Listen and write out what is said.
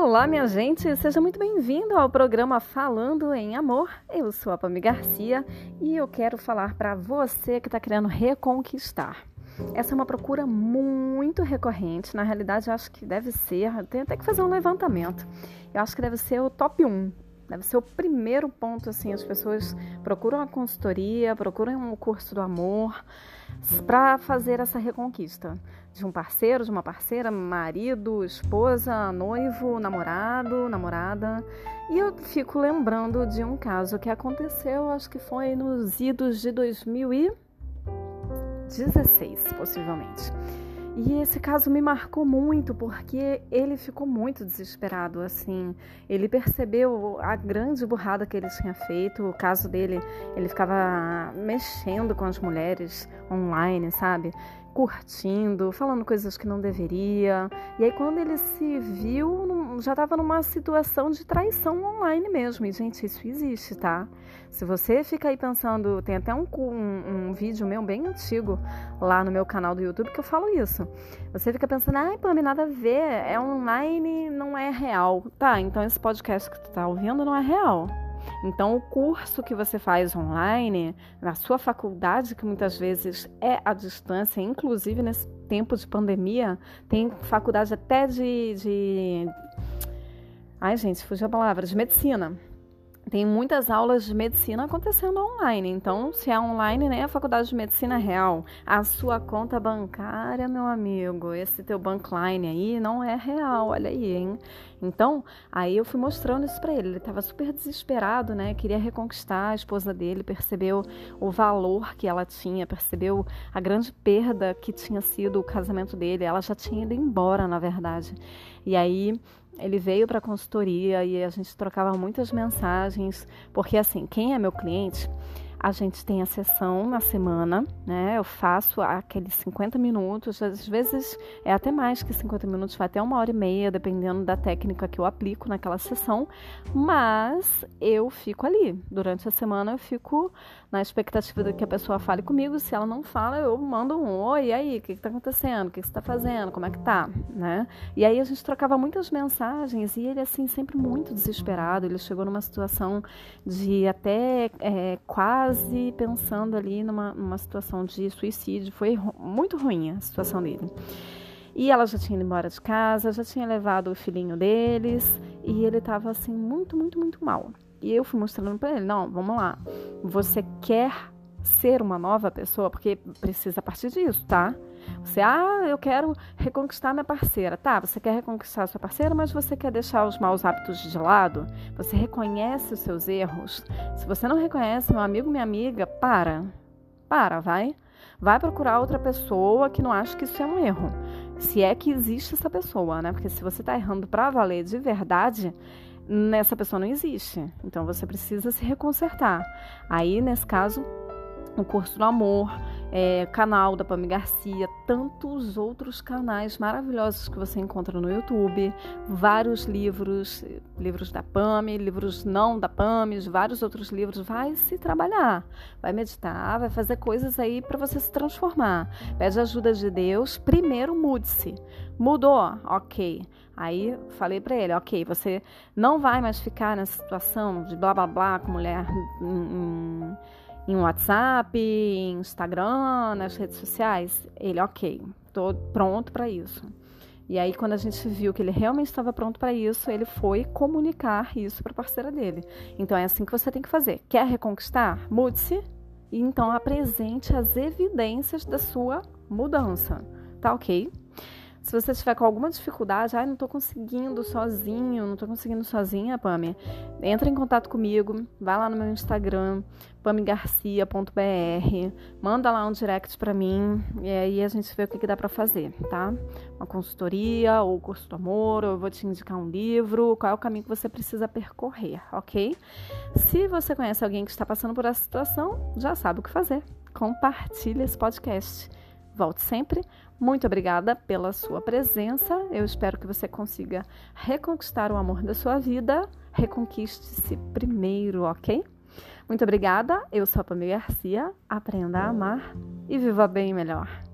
Olá, minha gente, seja muito bem-vindo ao programa Falando em Amor. Eu sou a Pami Garcia e eu quero falar para você que está querendo reconquistar. Essa é uma procura muito recorrente, na realidade eu acho que deve ser, tem até que fazer um levantamento, eu acho que deve ser o top 1. Deve ser o primeiro ponto, assim, as pessoas procuram a consultoria, procuram o curso do amor para fazer essa reconquista de um parceiro, de uma parceira, marido, esposa, noivo, namorado, namorada. E eu fico lembrando de um caso que aconteceu, acho que foi nos idos de 2016, possivelmente. E esse caso me marcou muito porque ele ficou muito desesperado, assim. Ele percebeu a grande burrada que ele tinha feito. O caso dele, ele ficava mexendo com as mulheres online, sabe? Curtindo, falando coisas que não deveria. E aí quando ele se viu, já estava numa situação de traição online mesmo. E, gente, isso existe, tá? Se você fica aí pensando, tem até um vídeo meu bem antigo lá no meu canal do YouTube que eu falo isso. Você fica pensando, ai, Pami, nada a ver, é online, não é real. Tá, então esse podcast que tu tá ouvindo não é real. Então, o curso que você faz online, na sua faculdade, que muitas vezes é à distância, inclusive nesse tempo de pandemia, tem faculdade até Ai, gente, fugiu a palavra, de medicina. Tem muitas aulas de medicina acontecendo online. Então, se é online, nem a faculdade de medicina é real. A sua conta bancária, meu amigo, esse teu bankline aí não é real, olha aí, hein? Então, aí eu fui mostrando isso pra ele. Ele tava super desesperado, né? Queria reconquistar a esposa dele, percebeu o valor que ela tinha, percebeu a grande perda que tinha sido o casamento dele. Ela já tinha ido embora, na verdade. E aí ele veio para a consultoria e a gente trocava muitas mensagens, porque assim, quem é meu cliente, a gente tem a sessão na semana, né? Eu faço aqueles 50 minutos, às vezes é até mais que 50 minutos, vai até 1h30, dependendo da técnica que eu aplico naquela sessão, mas eu fico ali. Durante a semana eu fico na expectativa de que a pessoa fale comigo. Se ela não fala, eu mando um oi, e aí, o que está acontecendo? O que você está fazendo? Como é que tá? Né? E aí a gente trocava muitas mensagens e ele, assim, sempre muito desesperado. Ele chegou numa situação de até quase pensando ali numa situação de suicídio. Foi muito ruim a situação dele. E ela já tinha ido embora de casa, já tinha levado o filhinho deles e ele estava assim muito, muito, muito mal. E eu fui mostrando para ele, não, vamos lá, você quer ser uma nova pessoa, porque precisa partir disso, tá? Você, eu quero reconquistar minha parceira. Tá, você quer reconquistar a sua parceira, mas você quer deixar os maus hábitos de lado? Você reconhece os seus erros? Se você não reconhece, meu amigo, minha amiga, vai. Vai procurar outra pessoa que não acha que isso é um erro. Se é que existe essa pessoa, né? Porque se você tá errando pra valer de verdade, essa pessoa não existe. Então você precisa se reconsertar. Aí, nesse caso, o curso do amor, canal da Pami Garcia, tantos outros canais maravilhosos que você encontra no YouTube, vários livros da Pami, livros não da Pami, vários outros livros. Vai se trabalhar, vai meditar, vai fazer coisas aí para você se transformar. Pede ajuda de Deus, primeiro mude-se. Mudou? Ok. Aí falei para ele, ok, você não vai mais ficar nessa situação de blá blá blá com mulher em WhatsApp, em Instagram, nas redes sociais. Ele, ok, estou pronto para isso. E aí, quando a gente viu que ele realmente estava pronto para isso, ele foi comunicar isso para a parceira dele. Então, é assim que você tem que fazer. Quer reconquistar? Mude-se e então apresente as evidências da sua mudança. Tá ok? Se você estiver com alguma dificuldade, não estou conseguindo sozinho, não estou conseguindo sozinha, Pami, entra em contato comigo, vai lá no meu Instagram, pamigarcia.br, manda lá um direct para mim e aí a gente vê o que dá para fazer, tá? Uma consultoria ou curso do amor, ou eu vou te indicar um livro, qual é o caminho que você precisa percorrer, ok? Se você conhece alguém que está passando por essa situação, já sabe o que fazer. Compartilhe esse podcast. Volte sempre. Muito obrigada pela sua presença. Eu espero que você consiga reconquistar o amor da sua vida. Reconquiste-se primeiro, ok? Muito obrigada. Eu sou a Pami Garcia. Aprenda a amar e viva bem melhor.